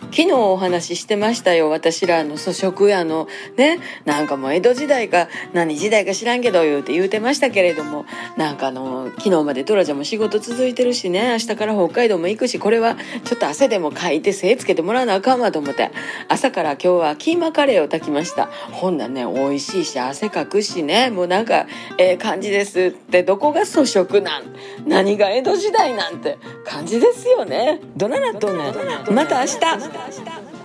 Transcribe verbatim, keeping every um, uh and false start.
昨日お話ししてましたよ。私らの粗食屋のね、なんかもう江戸時代か何時代か知らんけど言うて言うてましたけれども、なんかあの昨日までトラちゃんも仕事続いてるしね、明日から北海道も行くし、これはちょっと汗でもかいて精つけてもらわなあかんわと思って、朝から今日はキーマカレーを炊きました。ほんなね、美味しいし汗かくしね、もうなんかええ感じですって。どこが粗食なん、何が江戸時代なんて感じですよね。どななとね、また明日。